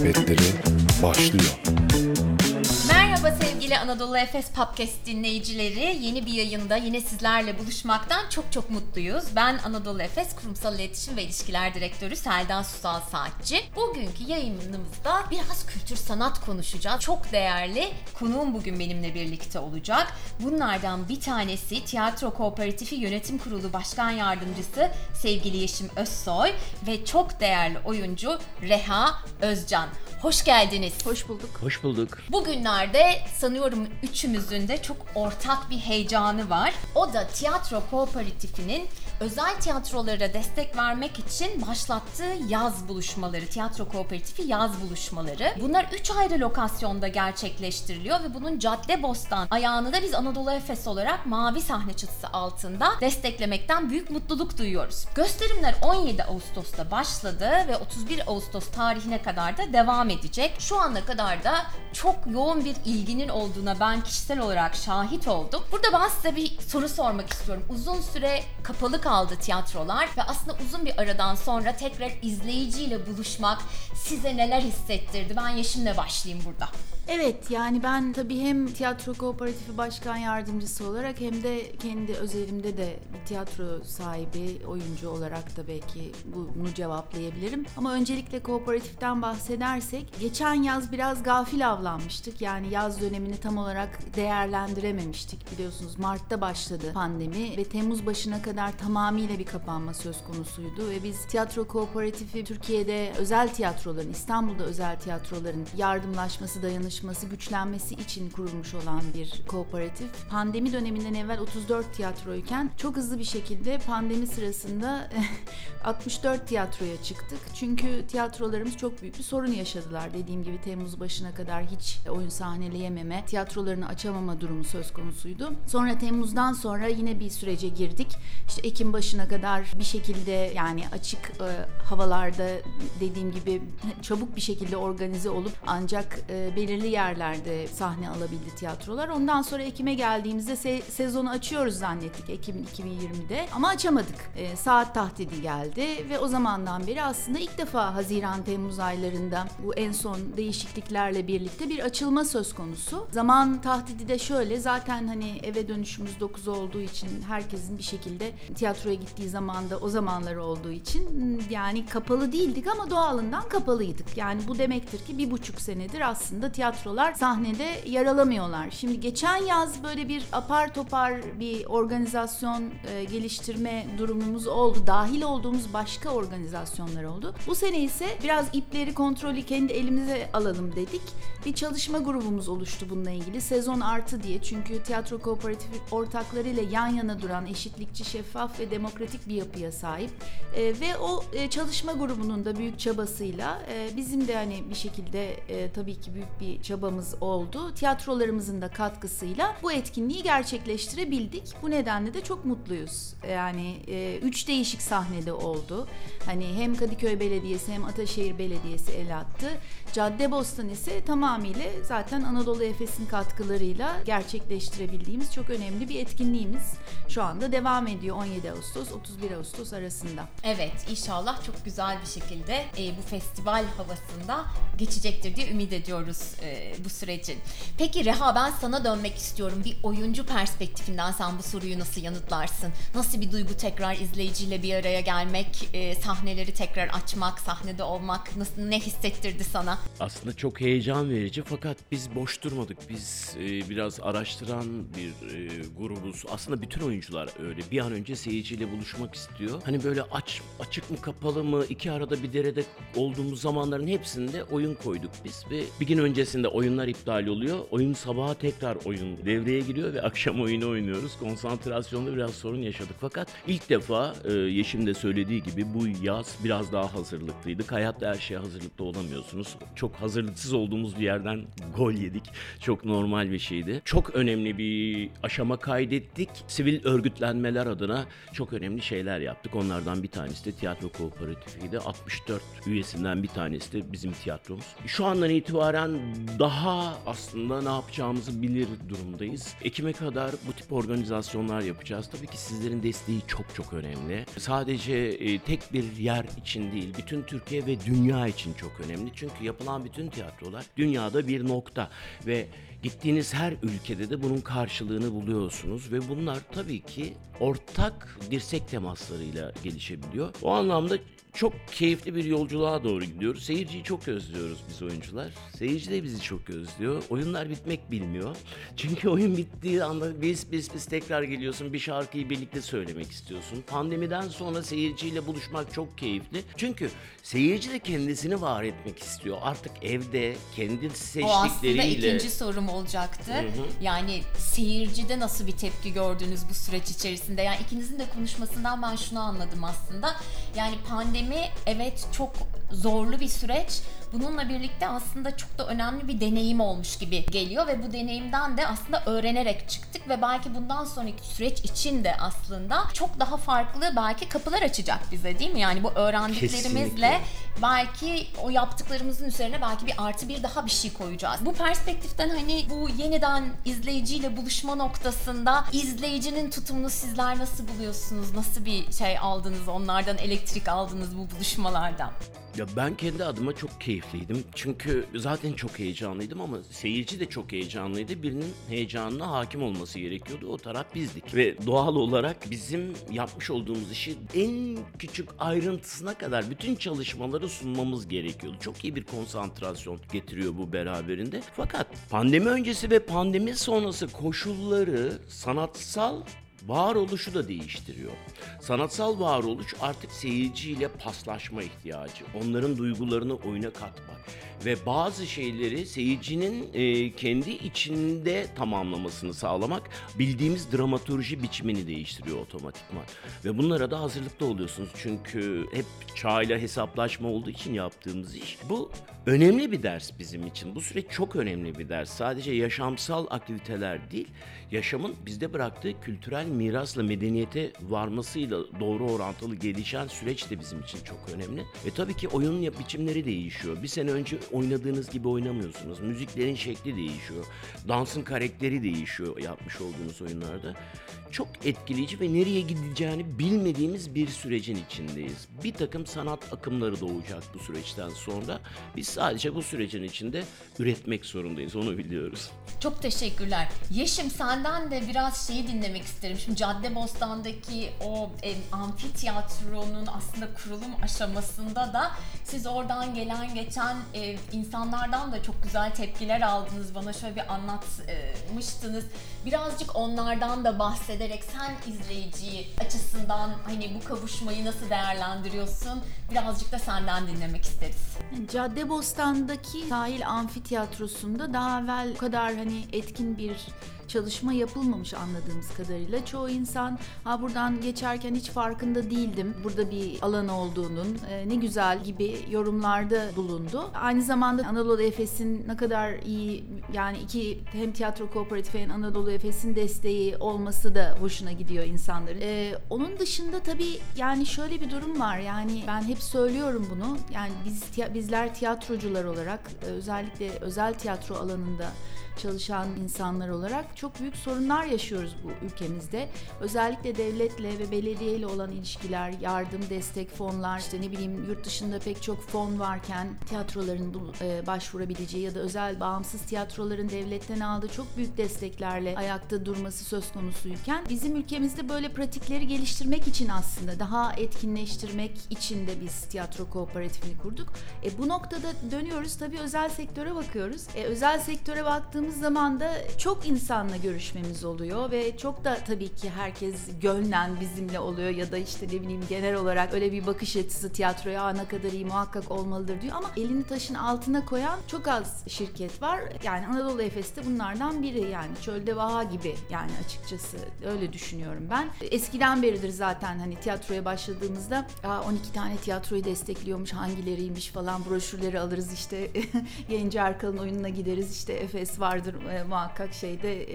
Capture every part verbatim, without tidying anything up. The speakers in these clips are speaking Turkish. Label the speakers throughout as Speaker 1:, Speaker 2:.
Speaker 1: sohbetleri başlıyor.
Speaker 2: Merhaba sevgili Anadolu Efes Podcast dinleyicileri. Yeni bir yayında yine sizlerle buluşmaktan çok çok mutluyuz. Ben Anadolu Efes Kurumsal İletişim ve İlişkiler Direktörü Selda Susal Saatçi. Bugünkü yayınımızda biraz kültür sanat konuşacağız. Çok değerli konuğum bugün benimle birlikte olacak. Bunlardan bir tanesi Tiyatro Kooperatifi Yönetim Kurulu Başkan Yardımcısı sevgili Yeşim Özsoy ve çok değerli oyuncu Reha Özcan. Hoş geldiniz.
Speaker 3: Hoş bulduk.
Speaker 4: Hoş bulduk.
Speaker 2: Bugünlerde sanıyorum üçümüzün de çok ortak bir heyecanı var. O da Tiyatro Kooperatifinin özel tiyatrolara destek vermek için başlattığı yaz buluşmaları, Tiyatro Kooperatifi yaz buluşmaları. Bunlar üç ayrı lokasyonda gerçekleştiriliyor ve bunun Caddebostan ayağını da biz Anadolu Efes olarak mavi sahne çatısı altında desteklemekten büyük mutluluk duyuyoruz. Gösterimler on yedi Ağustos'ta başladı ve otuz bir Ağustos tarihine kadar da devam edecek. Şu ana kadar da çok yoğun bir ilginin olduğuna ben kişisel olarak şahit oldum. Burada ben size bir soru sormak istiyorum. Uzun süre kapalı kaldı tiyatrolar ve aslında uzun bir aradan sonra tekrar izleyiciyle buluşmak size neler hissettirdi? Ben Yeşim'le başlayayım burada.
Speaker 3: Evet, yani ben tabii hem Tiyatro Kooperatifi Başkan Yardımcısı olarak hem de kendi özelimde de bir tiyatro sahibi, oyuncu olarak da belki bunu cevaplayabilirim. Ama öncelikle kooperatiften bahsedersek, geçen yaz biraz gafil avlanmıştık. Yani yaz dönemini tam olarak değerlendirememiştik. Biliyorsunuz Mart'ta başladı pandemi ve Temmuz başına kadar tamamıyla bir kapanma söz konusuydu. Ve biz Tiyatro Kooperatifi Türkiye'de özel tiyatroların, İstanbul'da özel tiyatroların yardımlaşması, dayanışması, güçlenmesi için kurulmuş olan bir kooperatif. Pandemi döneminden evvel otuz dört tiyatroyken çok hızlı bir şekilde pandemi sırasında altmış dört tiyatroya çıktık. Çünkü tiyatrolarımız çok büyük bir sorun yaşadılar. Dediğim gibi Temmuz başına kadar hiç oyun sahneleyememe, tiyatrolarını açamama durumu söz konusuydu. Sonra Temmuz'dan sonra yine bir sürece girdik. İşte Ekim başına kadar bir şekilde, yani açık e, havalarda dediğim gibi çabuk bir şekilde organize olup ancak e, belirli yerlerde sahne alabildi tiyatrolar. Ondan sonra Ekim'e geldiğimizde se- sezonu açıyoruz zannettik Ekim iki bin yirmide ama açamadık. E, saat tahdidi geldi ve o zamandan beri aslında ilk defa Haziran-Temmuz aylarında bu en son değişikliklerle birlikte bir açılma söz konusu. Zaman tahdidi de şöyle, zaten hani eve dönüşümüz dokuz olduğu için herkesin bir şekilde tiyatroya gittiği zamanda o zamanları olduğu için yani kapalı değildik ama doğalından kapalıydık. Yani bu demektir ki bir buçuk senedir aslında tiyatrolar sahnede yer alamıyorlar. Şimdi geçen yaz böyle bir apar topar bir organizasyon e, geliştirme durumumuz oldu. Dahil olduğumuz başka organizasyonlar oldu. Bu sene ise biraz ipleri, kontrolü kendi elimize alalım dedik. Bir çalışma grubumuz oluştu bununla ilgili. Sezon Artı diye. Çünkü tiyatro kooperatifi ortaklarıyla yan yana duran, eşitlikçi, şeffaf ve demokratik bir yapıya sahip. E, ve o e, çalışma grubunun da büyük çabasıyla e, bizim de hani bir şekilde e, tabii ki büyük bir çabamız oldu. Tiyatrolarımızın da katkısıyla bu etkinliği gerçekleştirebildik. Bu nedenle de çok mutluyuz. Yani e, üç değişik sahnede oldu. Hani hem Kadıköy Belediyesi hem Ataşehir Belediyesi el attı. Caddebostan ise tamamıyla zaten Anadolu Efes'in katkılarıyla gerçekleştirebildiğimiz çok önemli bir etkinliğimiz. Şu anda devam ediyor on yedi Ağustos otuz bir Ağustos arasında.
Speaker 2: Evet, inşallah çok güzel bir şekilde e, bu festival havasında geçecektir diye ümit ediyoruz e, bu sürecin. Peki Reha, ben sana dönmek istiyorum. Bir oyuncu perspektifinden sen bu soruyu nasıl yanıtlarsın? Nasıl bir duygu tekrar izleyiciyle bir araya gelmek, e, sahneleri tekrar açmak, sahnede olmak nasıl, ne hissettirdi sana?
Speaker 4: Aslında çok heyecan verici fakat biz boş durmadık. Biz e, biraz araştıran bir e, grubuz. Aslında bütün oyuncular öyle. Bir an önce seyirciyle buluşmak istiyor. Hani böyle aç, açık mı kapalı mı, iki arada bir derede olduğumuz zamanların hepsinde oyun koyduk biz ve bir gün öncesinde oyunlar iptal oluyor. Oyun sabaha tekrar oyun devreye giriyor ve akşam oyunu oynuyoruz. Konsantrasyonda biraz sorun yaşadık fakat ilk defa e, Yeşim de söylediği gibi bu yaz biraz daha hazırlıklıydık. Hayatta her şeye hazırlıklı olamıyorsunuz. Çok hazırlıksız olduğumuz bir yerden gol yedik. Çok normal bir şeydi. Çok önemli bir aşama kaydettik. Sivil örgütlenmeler adına çok önemli şeyler yaptık. Onlardan bir tanesi de Tiyatro Kooperatifiydi. altmış dört üyesinden bir tanesi de bizim tiyatromuz. Şu andan itibaren daha aslında ne yapacağımızı bilir durumdayız. Ekim'e kadar bu tip organizasyonlar yapacağız. Tabii ki sizlerin desteği çok çok önemli. Sadece e, tek bir yer için değil, bütün Türkiye ve dünya için çok önemli. Çünkü yapılan bütün tiyatrolar dünyada bir nokta ve gittiğiniz her ülkede de bunun karşılığını buluyorsunuz ve bunlar tabii ki ortak dirsek temaslarıyla gelişebiliyor. O anlamda çok keyifli bir yolculuğa doğru gidiyoruz. Seyirciyi çok özlüyoruz biz oyuncular. Seyirci de bizi çok özlüyor. Oyunlar bitmek bilmiyor. Çünkü oyun bittiği anda biz biz biz tekrar geliyorsun. Bir şarkıyı birlikte söylemek istiyorsun. Pandemiden sonra seyirciyle buluşmak çok keyifli. Çünkü seyirci de kendisini var etmek istiyor. Artık evde kendi
Speaker 2: O aslında
Speaker 4: seçtikleriyle...
Speaker 2: ikinci sorum olacaktı.
Speaker 4: Hı hı.
Speaker 2: Yani seyircide nasıl bir tepki gördünüz bu süreç içerisinde? Yani ikinizin de konuşmasından ben şunu anladım aslında. Yani pandemi evet çok zorlu bir süreç. Bununla birlikte aslında çok da önemli bir deneyim olmuş gibi geliyor ve bu deneyimden de aslında öğrenerek çıktık ve belki bundan sonraki süreç için de aslında çok daha farklı belki kapılar açacak bize, değil mi? Yani bu öğrendiklerimizle
Speaker 4: Kesinlikle.
Speaker 2: belki o yaptıklarımızın üzerine belki bir artı bir daha bir şey koyacağız. Bu perspektiften hani bu yeniden izleyiciyle buluşma noktasında izleyicinin tutumunu sizler nasıl buluyorsunuz? Nasıl bir şey aldınız onlardan, elektrik aldınız bu buluşmalardan?
Speaker 4: Ya ben kendi adıma çok keyifliydim. Çünkü zaten çok heyecanlıydım ama seyirci de çok heyecanlıydı. Birinin heyecanına hakim olması gerekiyordu. O taraf bizdik. Ve doğal olarak bizim yapmış olduğumuz işi en küçük ayrıntısına kadar bütün çalışmaları sunmamız gerekiyordu. Çok iyi bir konsantrasyon getiriyor bu beraberinde. Fakat pandemi öncesi ve pandemi sonrası koşulları sanatsal varoluşu da değiştiriyor. Sanatsal varoluş artık seyirciyle paslaşma ihtiyacı. Onların duygularını oyuna katmak ve bazı şeyleri seyircinin e, kendi içinde tamamlamasını sağlamak bildiğimiz dramaturji biçimini değiştiriyor otomatikman. Ve bunlara da hazırlıklı oluyorsunuz. Çünkü hep çağıyla hesaplaşma olduğu için yaptığımız iş. Bu önemli bir ders bizim için. Bu süreç çok önemli bir ders. Sadece yaşamsal aktiviteler değil, yaşamın bizde bıraktığı kültürel mirasla medeniyete varmasıyla doğru orantılı gelişen süreç de bizim için çok önemli. Ve tabii ki oyunun yap biçimleri değişiyor. Bir sene önce oynadığınız gibi oynamıyorsunuz. Müziklerin şekli değişiyor. Dansın karakteri değişiyor yapmış olduğunuz oyunlarda. Çok etkileyici ve nereye gideceğini bilmediğimiz bir sürecin içindeyiz. Bir takım sanat akımları doğacak bu süreçten sonra. Biz sadece bu sürecin içinde üretmek zorundayız. Onu biliyoruz.
Speaker 2: Çok teşekkürler. Yeşim, senden de biraz şeyi dinlemek isterim. Şimdi Caddebostan'daki o e, amfiteyatronun aslında kurulum aşamasında da siz oradan gelen geçen e, insanlardan da çok güzel tepkiler aldınız. Bana şöyle bir anlatmıştınız. Birazcık onlardan da bahsederek sen izleyiciyi açısından hani bu kavuşmayı nasıl değerlendiriyorsun? Birazcık da senden dinlemek isteriz.
Speaker 3: Caddebostan'daki sahil amfiteyatrosunda daha evvel o kadar hani etkin bir çalışma yapılmamış anladığımız kadarıyla. Çoğu insan ha buradan geçerken hiç farkında değildim burada bir alan olduğunun, e, ne güzel gibi yorumlarda bulundu. Aynı zamanda Anadolu Efes'in ne kadar iyi, yani iki hem tiyatro kooperatifi hem Anadolu Efes'in desteği olması da hoşuna gidiyor insanların. E, onun dışında tabii yani şöyle bir durum var, yani ben hep söylüyorum bunu, yani biz bizler tiyatrocular olarak özellikle özel tiyatro alanında çalışan insanlar olarak çok büyük sorunlar yaşıyoruz bu ülkemizde. Özellikle devletle ve belediyeyle olan ilişkiler, yardım, destek, fonlar, işte ne bileyim yurt dışında pek çok fon varken tiyatroların bu, e, başvurabileceği ya da özel bağımsız tiyatroların devletten aldığı çok büyük desteklerle ayakta durması söz konusuyken bizim ülkemizde böyle pratikleri geliştirmek için aslında daha etkinleştirmek için de biz tiyatro kooperatifini kurduk. E, bu noktada dönüyoruz tabii özel sektöre bakıyoruz. E, özel sektöre baktığımız zaman da çok insanla görüşmemiz oluyor ve çok da tabii ki herkes gönlen bizimle oluyor ya da işte ne bileyim genel olarak öyle bir bakış açısı tiyatroya ne kadar iyi muhakkak olmalıdır diyor ama elini taşın altına koyan çok az şirket var. Yani Anadolu Efes'te bunlardan biri, yani çölde vaha gibi, yani açıkçası öyle düşünüyorum ben. Eskiden beridir zaten hani tiyatroya başladığımızda on iki tane tiyatroyu destekliyormuş, hangileriymiş falan broşürleri alırız, işte Genci Erkal'ın oyununa gideriz, işte Efes vardır e, muhakkak şeyde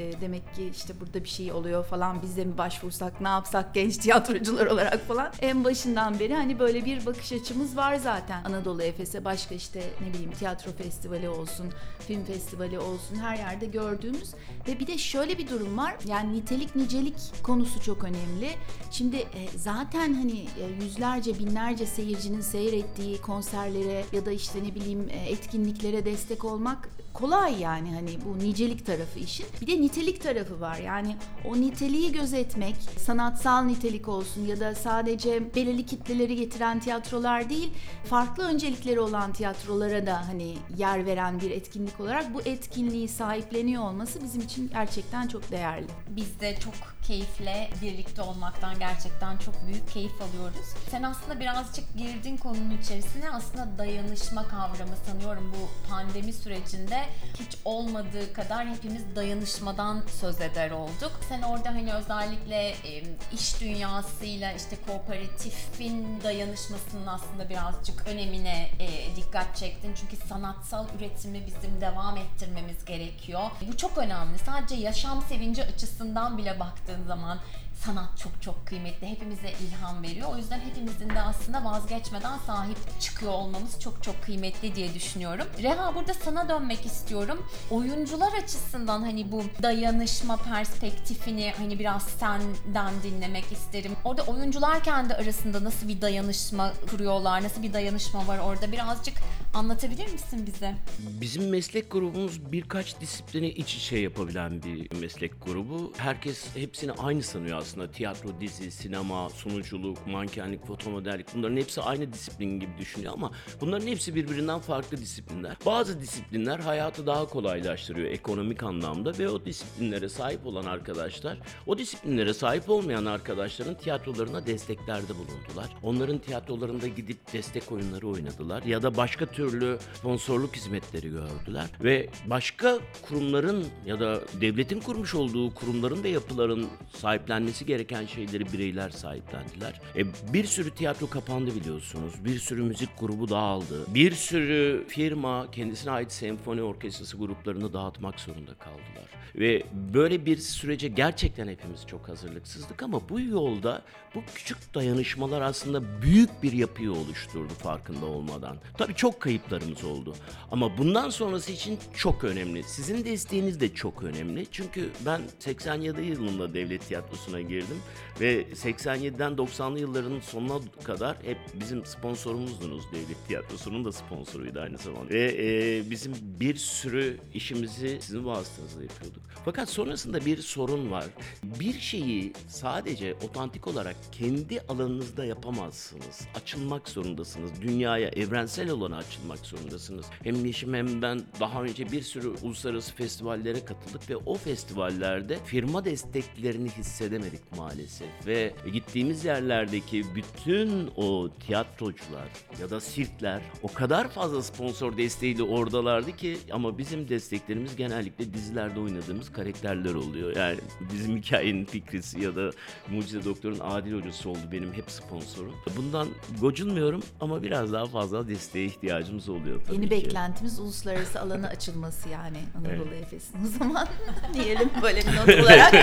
Speaker 3: e, demek ki işte burada bir şey oluyor falan, biz de mi başvursak, ne yapsak genç tiyatrocular olarak falan. En başından beri hani böyle bir bakış açımız var zaten. Anadolu Efes'e başka işte ne bileyim tiyatro festivali olsun, film festivali olsun, her yerde gördüğümüz ve bir de şöyle bir durum var. Yani nitelik nicelik konusu çok önemli. Şimdi e, zaten hani e, yüzlerce binlerce seyircinin seyrettiği konserlere ya da işte ne bileyim e, etkinliklere destek olmak kolay yani, hani bu nicelik tarafı işin. Bir de nitelik tarafı var. Yani o niteliği gözetmek, sanatsal nitelik olsun ya da sadece belirli kitleleri getiren tiyatrolar değil, farklı öncelikleri olan tiyatrolara da hani yer veren bir etkinlik olarak bu etkinliği sahipleniyor olması bizim için gerçekten çok değerli.
Speaker 2: Biz de çok keyifle birlikte olmaktan gerçekten çok büyük keyif alıyoruz. Sen aslında birazcık girdin konunun içerisine. Aslında dayanışma kavramı, sanıyorum bu pandemi sürecinde hiç olmadığı kadar hepimiz dayanışmadan söz eder olduk. Sen orada hani özellikle e, iş dünyasıyla işte kooperatifin dayanışmasının aslında birazcık önemine e, dikkat çektin. Çünkü sanatsal üretimi bizim devam ettirmemiz gerekiyor. Bu çok önemli. Sadece yaşam sevinci açısından bile baktığın zaman sanat çok çok kıymetli. Hepimize ilham veriyor. O yüzden hepimizin de aslında vazgeçmeden sahip çıkıyor olmamız çok çok kıymetli diye düşünüyorum. Reha, burada sana dönmek istiyorum. Oyuncular açısından hani bu dayanışma perspektifini hani biraz senden dinlemek isterim. Orada oyuncular kendi arasında nasıl bir dayanışma kuruyorlar? Nasıl bir dayanışma var orada? Birazcık anlatabilir misin bize?
Speaker 4: Bizim meslek grubumuz birkaç disiplini iç içe yapabilen bir meslek grubu. Herkes hepsini aynı sanıyor aslında. Tiyatro, dizi, sinema, sunuculuk, mankenlik, fotomodellik, bunların hepsi aynı disiplin gibi düşünüyor ama bunların hepsi birbirinden farklı disiplinler. Bazı disiplinler hayatı daha kolaylaştırıyor ekonomik anlamda ve o disiplinlere sahip olan arkadaşlar, o disiplinlere sahip olmayan arkadaşların tiyatrolarına desteklerde bulundular. Onların tiyatrolarında gidip destek oyunları oynadılar ya da başka türlü sponsorluk hizmetleri gördüler ve başka kurumların ya da devletin kurmuş olduğu kurumların ve yapıların sahiplenmesi gereken şeyleri bireyler sahiplendiler. E, bir sürü tiyatro kapandı biliyorsunuz. Bir sürü müzik grubu dağıldı. Bir sürü firma kendisine ait senfoni orkestrası gruplarını dağıtmak zorunda kaldılar. Ve böyle bir sürece gerçekten hepimiz çok hazırlıksızdık ama bu yolda bu küçük dayanışmalar aslında büyük bir yapıyı oluşturdu farkında olmadan. Tabii çok kayıplarımız oldu. Ama bundan sonrası için çok önemli. Sizin desteğiniz de çok önemli. Çünkü ben seksen yedi yılında devlet tiyatrosuna girdim ve seksen yediden doksanlı yılların sonuna kadar hep bizim sponsorumuzdunuz. Devlet tiyatrosunun da sponsoruydu aynı zamanda. Ve e, bizim bir sürü işimizi sizin vasıtanızla yapıyorduk. Fakat sonrasında bir sorun var. Bir şeyi sadece otantik olarak kendi alanınızda yapamazsınız. Açılmak zorundasınız. Dünyaya, evrensel olana açılmak zorundasınız. Hem Yeşim hem ben daha önce bir sürü uluslararası festivallere katıldık ve o festivallerde firma desteklerini hissedemedik maalesef. Ve gittiğimiz yerlerdeki bütün o tiyatrocular ya da sirkler o kadar fazla sponsor desteğiyle oradalardı ki ama bizim desteklerimiz genellikle dizilerde oynadığımız karakterler oluyor. Yani bizim hikayenin fikrisi ya da Mucize Doktor'un Adil Hocası oldu benim hep sponsorum. Bundan gocunmuyorum ama biraz daha fazla desteğe ihtiyacımız oluyor tabii
Speaker 3: Yeni
Speaker 4: ki.
Speaker 3: beklentimiz uluslararası alana açılması yani Anadolu evet. Efes'in o zaman diyelim böyle bir not olarak.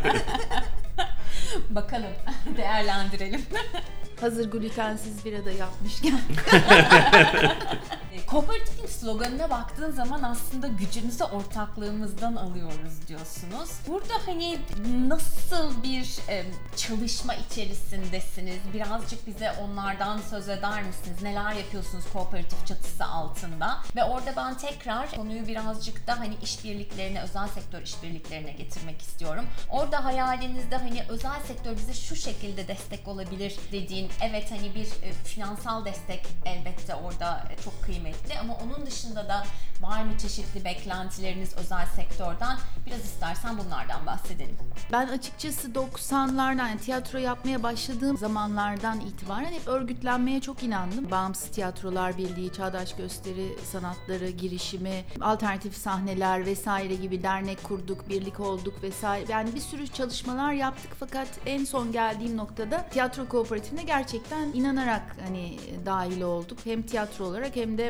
Speaker 2: Bakalım, değerlendirelim.
Speaker 3: Hazır glutensiz bira da yapmışken.
Speaker 2: Kooperatifin sloganına baktığın zaman aslında gücümüzü ortaklığımızdan alıyoruz diyorsunuz. Burada hani nasıl bir e, çalışma içerisindesiniz? Birazcık bize onlardan söz eder misiniz? Neler yapıyorsunuz kooperatif çatısı altında? Ve orada ben tekrar konuyu birazcık da hani işbirliklerine, özel sektör işbirliklerine getirmek istiyorum. Orada hayalinizde hani özel sektör bize şu şekilde destek olabilir dediğin, evet hani bir e, finansal destek elbette orada e, çok kıymetli ama onun dışında da var mı çeşitli beklentileriniz özel sektörden? Biraz istersen bunlardan bahsedelim.
Speaker 3: Ben açıkçası doksanlardan yani tiyatro yapmaya başladığım zamanlardan itibaren hep örgütlenmeye çok inandım. Bağımsız Tiyatrolar Birliği, Çağdaş Gösteri Sanatları girişimi, alternatif sahneler vesaire gibi dernek kurduk, birlik olduk vesaire. Yani bir sürü çalışmalar yaptık fakat en son geldiğim noktada tiyatro kooperatifine gerçekten inanarak hani dahil olduk. Hem tiyatro olarak hem de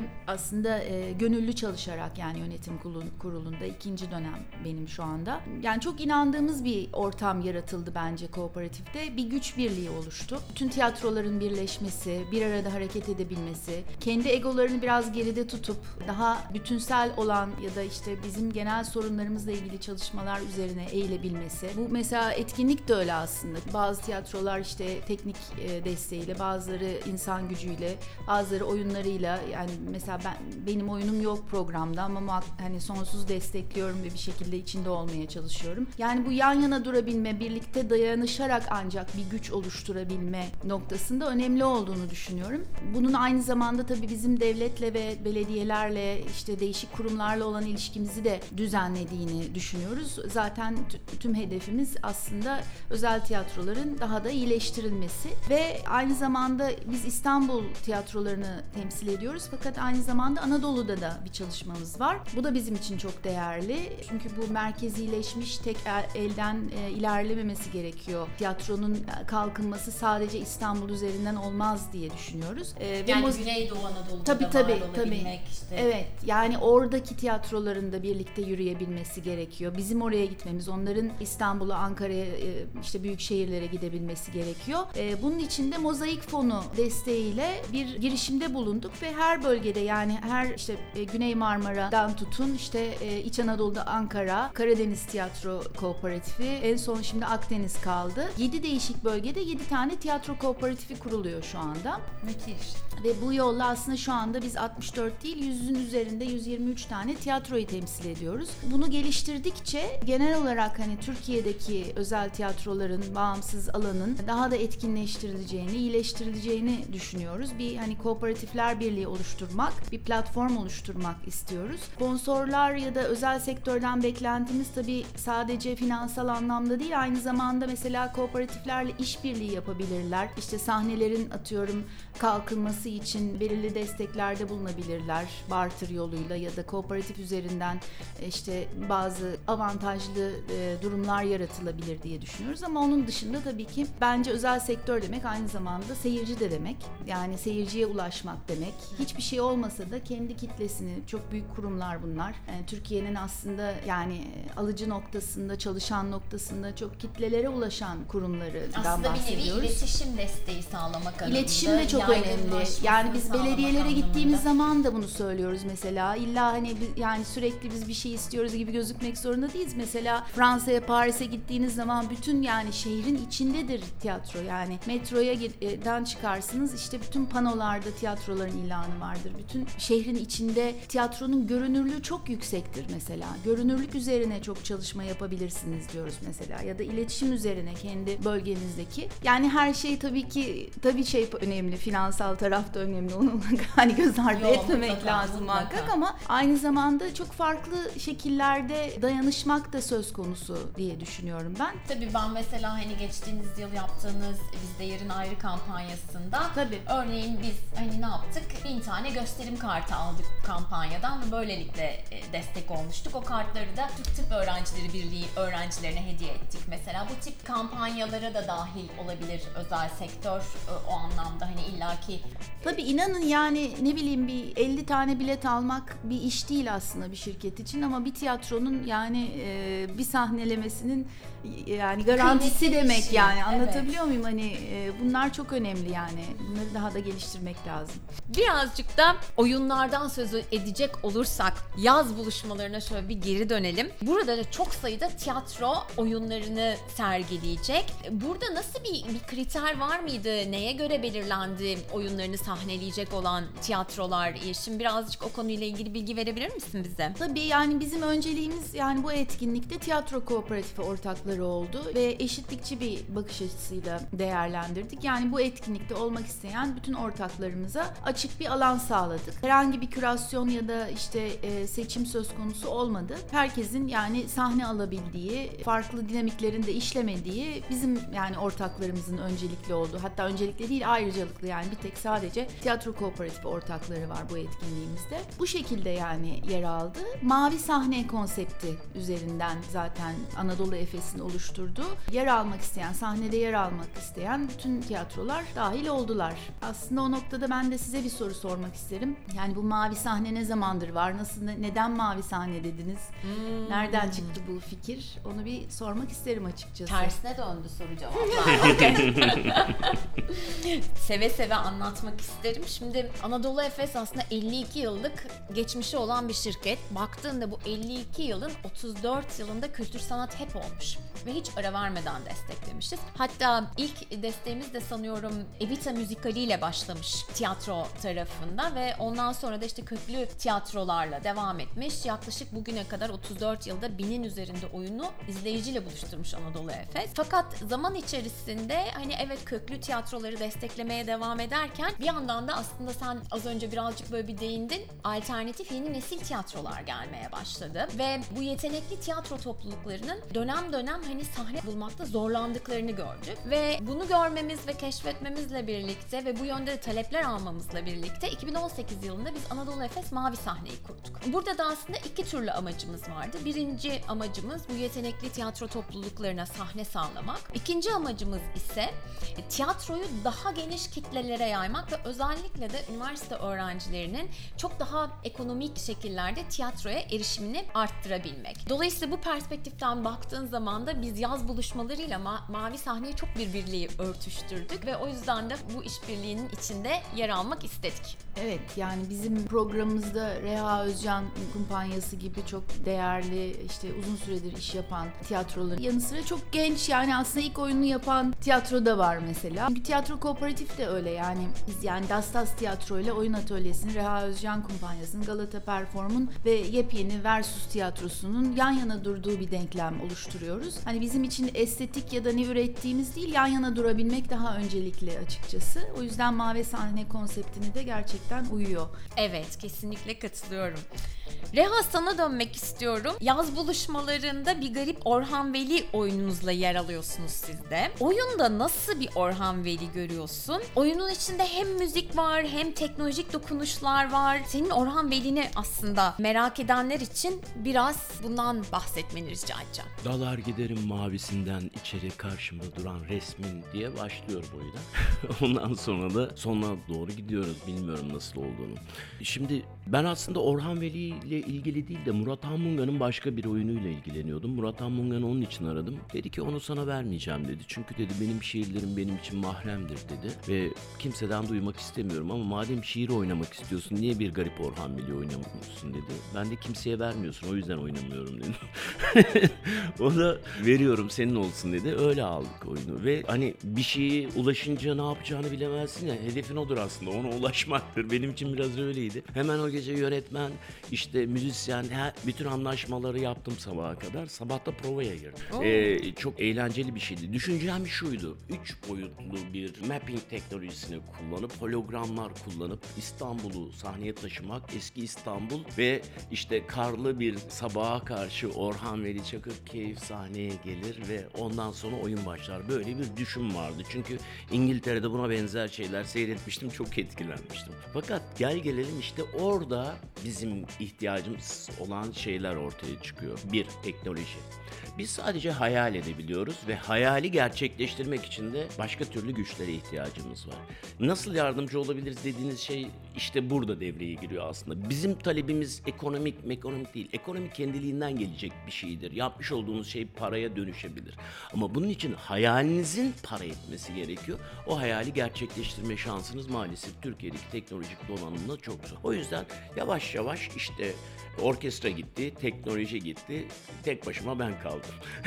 Speaker 3: aslında e, gönüllü çalışarak, yani yönetim kurulunda ikinci dönem benim şu anda. Yani çok inandığımız bir ortam yaratıldı bence kooperatifte. Bir güç birliği oluştu. Bütün tiyatroların birleşmesi, bir arada hareket edebilmesi, kendi egolarını biraz geride tutup daha bütünsel olan ya da işte bizim genel sorunlarımızla ilgili çalışmalar üzerine eğilebilmesi. Bu mesela etkinlik de öyle aslında. Bazı tiyatrolar işte teknik e, desteğiyle, bazıları insan gücüyle, bazıları oyunlarıyla, yani mesela ben benim oyunum yok programda ama hani sonsuz destekliyorum ve bir şekilde içinde olmaya çalışıyorum. Yani bu yan yana durabilme, birlikte dayanışarak ancak bir güç oluşturabilme noktasında önemli olduğunu düşünüyorum. Bunun aynı zamanda tabii bizim devletle ve belediyelerle, işte değişik kurumlarla olan ilişkimizi de düzenlediğini düşünüyoruz. Zaten t- tüm hedefimiz aslında özel tiyatroların daha da iyileştirilmesi ve aynı zamanda biz İstanbul tiyatrolarını temsil ediyoruz fakat aynı zamanda Anadolu'da da bir çalışmamız var. Bu da bizim için çok değerli. Çünkü bu merkezileşmiş tek elden e, ilerlememesi gerekiyor. Tiyatronun kalkınması sadece İstanbul üzerinden olmaz diye düşünüyoruz.
Speaker 2: E, yani Moz- Güneydoğu Anadolu'da
Speaker 3: tabii,
Speaker 2: var
Speaker 3: tabii,
Speaker 2: olabilmek
Speaker 3: tabii.
Speaker 2: işte.
Speaker 3: Evet, yani oradaki tiyatroların da birlikte yürüyebilmesi gerekiyor. Bizim oraya gitmemiz, onların İstanbul'a, Ankara'ya, işte büyük şehirlere gidebilmesi gerekiyor. Bunun için de Mozaik Fonu desteğiyle bir girişimde bulunduk ve her bölgede, yani her işte Güney Marmara'dan tutun işte İç Anadolu'da Ankara, Karadeniz Tiyatro Kooperatifi, en son şimdi Akdeniz kaldı. yedi değişik bölgede yedi tane tiyatro kooperatifi kuruluyor şu anda.
Speaker 2: Müthiş.
Speaker 3: Ve bu yolla aslında şu anda biz altmış dört değil, yüzün üzerinde yüz yirmi üç tane tiyatroyu temsil ediyoruz. Bunu geliştirdikçe genel olarak hani Türkiye'deki özel tiyatroların, bağımsız alanın daha da etkinleştirileceğini, iyileştirileceğini düşünüyoruz. Bir hani kooperatifler birliği oluşturmak, bir platform oluşturmak istiyoruz. Sponsorlar ya da özel sektörden beklentimiz tabii sadece finansal anlamda değil, aynı zamanda mesela kooperatiflerle işbirliği yapabilirler. İşte sahnelerin atıyorum kalkınması için belirli desteklerde bulunabilirler barter yoluyla ya da kooperatif üzerinden işte bazı avantajlı e, durumlar yaratılabilir diye düşünüyoruz ama onun dışında tabii ki bence özel sektör demek aynı zamanda seyirci de demek. Yani seyirciye ulaşmak demek. Hiçbir şey olmasa da kendi kitlesini, çok büyük kurumlar bunlar. Yani Türkiye'nin aslında yani alıcı noktasında, çalışan noktasında çok kitlelere ulaşan kurumlardan bahsediyoruz.
Speaker 2: Aslında bir nevi iletişim desteği sağlamak anlamında.
Speaker 3: İletişim de çok önemli. Yani biz belediyelere gittiğimiz zaman da bunu söylüyoruz mesela. İlla hani yani sürekli biz bir şey istiyoruz gibi gözükmek zorunda değiliz. Mesela Fransa'ya, Paris'e gittiğiniz zaman bütün yani şehrin içindedir tiyatro. Yani metrodan çıkarsınız, işte bütün panolarda tiyatroların ilanı vardır. Bütün şehrin içinde tiyatronun görünürlüğü çok yüksektir mesela. Görünürlük üzerine çok çalışma yapabilirsiniz diyoruz mesela. Ya da iletişim üzerine kendi bölgenizdeki. Yani her şey tabii ki tabii şey önemli. Finansal taraf da önemli. Onu hani göz ardı Yo, etmemek mutlaka, lazım muhakkak ama aynı zamanda çok farklı şekillerde dayanışmak da söz konusu diye düşünüyorum ben.
Speaker 2: Tabii ben mesela hani geçtiğimiz yıl yaptığınız Bizde Yerin Ayrı kampanyasında
Speaker 3: Tabii.
Speaker 2: örneğin biz hani ne yaptık? Bin tane gösterim kartı aldık kampanyadan ve böylelikle destek olmuştuk. O kartları da Türk Tıp Öğrencileri Birliği öğrencilerine hediye ettik. Mesela bu tip kampanyalara da dahil olabilir özel sektör o anlamda hani illaki.
Speaker 3: Tabii inanın yani ne bileyim bir elli tane bilet almak bir iş değil aslında bir şirket için ama bir tiyatronun yani e, bir sahnelemesinin yani garantisi Kıymetli demek şey. Yani anlatabiliyor evet. muyum hani e, bunlar çok önemli yani bunları daha da geliştirmek lazım.
Speaker 2: Birazcık da oyunlardan söz edecek olursak yaz buluşmalarına şöyle bir geri dönelim. Burada da çok sayıda tiyatro oyunlarını sergileyecek. Burada nasıl bir, bir kriter var mıydı? Neye göre belirlendi oyunlarını sahneleyecek olan tiyatrolar? Şimdi birazcık o konuyla ilgili bilgi verebilir misin bize?
Speaker 3: Tabii yani bizim önceliğimiz yani bu etkinlikte tiyatro kooperatifi ortakları oldu ve eşitlikçi bir bakış açısıyla değerlendirdik. Yani bu etkinlikte olmak isteyen bütün ortaklarımıza açık bir alan sağladık. Herhangi bir kürasyon ya da işte e, seçim söz konusu olmadı. Herkesin yani sahne alabildiği, farklı dinamiklerin de işlemediği bizim yani ortaklarımızın öncelikli olduğu, hatta öncelikli değil ayrıcalıklı yani bir tek sadece tiyatro kooperatifi ortakları var bu etkinliğimizde. Bu şekilde yani yer aldı. Mavi sahne konsepti üzerinden zaten Anadolu Efes'in oluşturduğu, yer almak isteyen, sahnede yer almak isteyen bütün tiyatrolar dahil oldular. Aslında o noktada ben de size bir soru sormak isterim. isterim. Yani bu mavi sahne ne zamandır var? Nasıl, neden mavi sahne dediniz? Hmm. Nereden çıktı bu fikir? Onu bir sormak isterim açıkçası.
Speaker 2: Tersine döndü soru cevaplar. Seve seve anlatmak isterim. Şimdi Anadolu Efes aslında elli iki yıllık geçmişi olan bir şirket. Baktığında bu elli iki yılın otuz dört yılında kültür sanat hep olmuş. Ve hiç ara vermeden desteklemişiz. Hatta ilk desteğimiz de sanıyorum Evita müzikaliyle başlamış tiyatro tarafında ve ondan sonra da işte köklü tiyatrolarla devam etmiş. Yaklaşık bugüne kadar otuz dört yılda binin üzerinde oyunu izleyiciyle buluşturmuş Anadolu Efes. Fakat zaman içerisinde hani evet köklü tiyatroları desteklemeye devam ederken bir yandan da aslında sen az önce birazcık böyle bir değindin. Alternatif yeni nesil tiyatrolar gelmeye başladı ve bu yetenekli tiyatro topluluklarının dönem dönem hani sahne bulmakta zorlandıklarını gördük ve bunu görmemiz ve keşfetmemizle birlikte ve bu yönde de talepler almamızla birlikte iki bin on sekiz yılında biz Anadolu Efes Mavi Sahne'yi kurduk. Burada da aslında iki türlü amacımız vardı. Birinci amacımız bu yetenekli tiyatro topluluklarına sahne sağlamak. İkinci amacımız ise tiyatroyu daha geniş kitlelere yaymak ve özellikle de üniversite öğrencilerinin çok daha ekonomik şekillerde tiyatroya erişimini arttırabilmek. Dolayısıyla bu perspektiften baktığın zaman da biz yaz buluşmalarıyla ma- Mavi Sahne'yi çok bir birliği örtüştürdük ve o yüzden de bu işbirliğinin içinde yer almak istedik.
Speaker 3: Evet, yani bizim programımızda Reha Özcan kumpanyası gibi çok değerli, işte uzun süredir iş yapan tiyatroların yanı sıra çok genç, yani aslında ilk oyununu yapan tiyatro da var mesela. Çünkü tiyatro kooperatif de öyle, yani biz yani Dastas Tiyatro ile Oyun Atölyesi'nin, Reha Özcan kumpanyasının, Galata Perform'un ve yepyeni Versus Tiyatrosu'nun yan yana durduğu bir denklem oluşturuyoruz. Hani bizim için estetik ya da ne ürettiğimiz değil, yan yana durabilmek daha öncelikli açıkçası. O yüzden Mavi Sahne konseptine de gerçekten uyuyor.
Speaker 2: Evet, kesinlikle katılıyorum. Reha, sana dönmek istiyorum. Yaz buluşmalarında Bir Garip Orhan Veli oyununuzla yer alıyorsunuz siz de. Oyunda nasıl bir Orhan Veli görüyorsun? Oyunun içinde hem müzik var hem teknolojik dokunuşlar var. Senin Orhan Veli'ni aslında merak edenler için biraz bundan bahsetmeni rica edeceğim.
Speaker 4: Dalar giderim mavisinden içeri karşımda duran resmin diye başlıyor oyuna. Ondan sonra da sonuna doğru gidiyoruz. Bilmiyorum nasıl olduğunu. Şimdi ben aslında Orhan Veli ile ilgili değil de Murat Anmunga'nın başka bir oyunuyla ilgileniyordum. Murat Anmunga'nı onun için aradım. Dedi ki onu sana vermeyeceğim dedi. Çünkü dedi benim şiirlerim benim için mahremdir dedi. Ve kimseden duymak istemiyorum ama madem şiir oynamak istiyorsun niye Bir Garip Orhan Veli oynamıyorsun dedi. Ben de kimseye vermiyorsun o yüzden oynamıyorum dedim. O da veriyorum senin olsun dedi. Öyle aldık oyunu ve hani bir şeye ulaşınca ne yapacağını bilemezsin ya. Hedefin odur aslında, ona ulaşmaktır. Benim için biraz öyleydi. Hemen o gece yönetmen, işte müzisyen, bütün anlaşmaları yaptım sabaha kadar. Sabah da provaya girdim. Ee, çok eğlenceli bir şeydi. Düşüncem şuydu. Üç boyutlu bir mapping teknolojisini kullanıp, hologramlar kullanıp İstanbul'u sahneye taşımak. Eski İstanbul ve işte karlı bir sabaha karşı Orhan Veli Çakırkeyif sahneye gelir ve ondan sonra oyun başlar. Böyle bir düşün vardı. Çünkü İngiltere'de buna benzer şeyler seyretmiştim. Çok etkilenmiştim. Fakat gel gelelim işte orada bizim ihtiyacımız olan şeyler ortaya çıkıyor. Bir, teknoloji. Biz sadece hayal edebiliyoruz ve hayali gerçekleştirmek için de başka türlü güçlere ihtiyacımız var. Nasıl yardımcı olabiliriz dediğiniz şey işte burada devreye giriyor aslında. Bizim talebimiz ekonomik, ekonomik değil. Ekonomi kendiliğinden gelecek bir şeydir. Yapmış olduğunuz şey paraya dönüşebilir. Ama bunun için hayalinizin para etmesi gerekiyor. O hayali gerçekleştirme şansınız maalesef Türkiye'deki teknolojik donanımla çok zor. O yüzden yavaş yavaş işte orkestra gitti, teknoloji gitti. Tek başıma ben kaldım.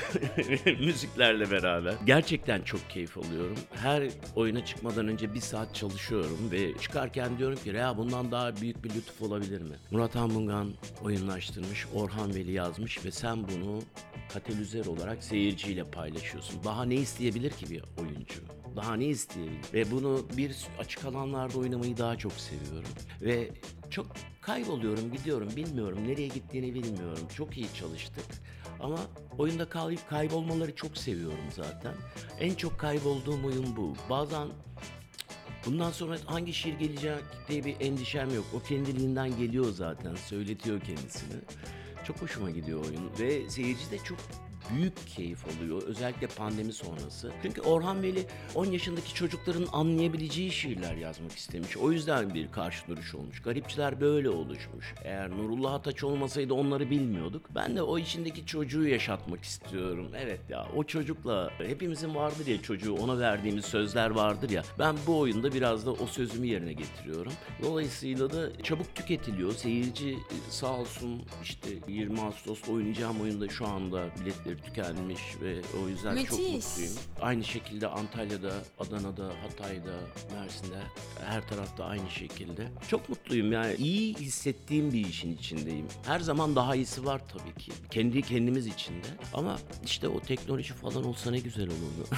Speaker 4: Müziklerle beraber. Gerçekten çok keyif alıyorum. Her oyuna çıkmadan önce bir saat çalışıyorum ve çıkarken diyorum ki Reha bundan daha büyük bir lütuf olabilir mi? Murat Anmungan oyunlaştırmış, Orhan Veli yazmış ve sen bunu katalizör olarak seyirciyle paylaşıyorsun. Daha ne isteyebilir ki bir oyuncu? Daha ne isteyebilir? Ve bunu bir açık alanlarda oynamayı daha çok seviyorum. Ve çok kayboluyorum, gidiyorum, bilmiyorum. Nereye gittiğini bilmiyorum. Çok iyi çalıştık. Ama oyunda kay- kaybolmaları çok seviyorum zaten. En çok kaybolduğum oyun bu. Bazen bundan sonra hangi şiir gelecek diye bir endişem yok. O kendiliğinden geliyor zaten. Söyletiyor kendisini. Çok hoşuma gidiyor oyun. Ve seyirci de çok büyük keyif alıyor. Özellikle pandemi sonrası. Çünkü Orhan Veli on yaşındaki çocukların anlayabileceği şiirler yazmak istemiş. O yüzden bir karşı duruş olmuş. Garipçiler böyle oluşmuş. Eğer Nurullah Ataç olmasaydı onları bilmiyorduk. Ben de o içindeki çocuğu yaşatmak istiyorum. Evet ya, o çocukla hepimizin vardır ya çocuğu, ona verdiğimiz sözler vardır ya. Ben bu oyunda biraz da o sözümü yerine getiriyorum. Dolayısıyla da çabuk tüketiliyor. Seyirci sağ olsun, işte yirmi Ağustos'ta oynayacağım oyunda şu anda biletleri tükenmiş ve o yüzden
Speaker 2: Müthiş.
Speaker 4: çok mutluyum. Aynı şekilde Antalya'da, Adana'da, Hatay'da, Mersin'de, her tarafta aynı şekilde. Çok mutluyum yani, iyi hissettiğim bir işin içindeyim. Her zaman daha iyisi var tabii ki. Kendi kendimiz içinde. Ama işte o teknoloji falan olsa ne güzel olurdu.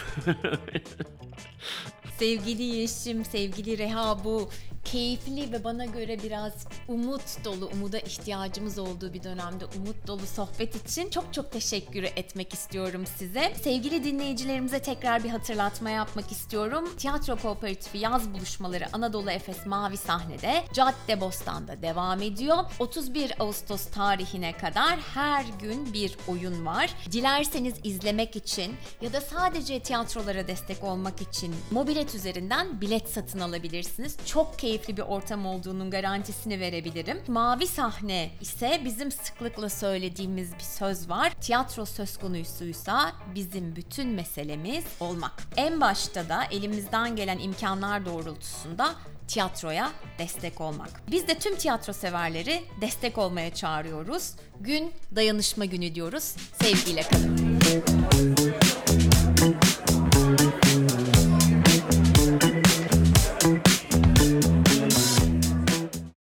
Speaker 2: Sevgili Yeşim, sevgili Reha, bu keyifli ve bana göre biraz umut dolu, umuda ihtiyacımız olduğu bir dönemde umut dolu sohbet için çok çok teşekkür etmek istiyorum size. Sevgili dinleyicilerimize tekrar bir hatırlatma yapmak istiyorum. Tiyatro Kooperatifi yaz buluşmaları Anadolu Efes Mavi Sahne'de Caddebostan'da devam ediyor. otuz bir Ağustos tarihine kadar her gün bir oyun var. Dilerseniz izlemek için ya da sadece tiyatrolara destek olmak için mobilet üzerinden bilet satın alabilirsiniz. Çok keyifli bir ortam olduğunun garantisini verebilirim. Mavi Sahne ise bizim sıklıkla söylediğimiz bir söz var. Tiyatro söz konusuysa bizim bütün meselemiz olmak. En başta da elimizden gelen imkanlar doğrultusunda tiyatroya destek olmak. Biz de tüm tiyatro severleri destek olmaya çağırıyoruz. Gün dayanışma günü diyoruz. Sevgiyle kalın.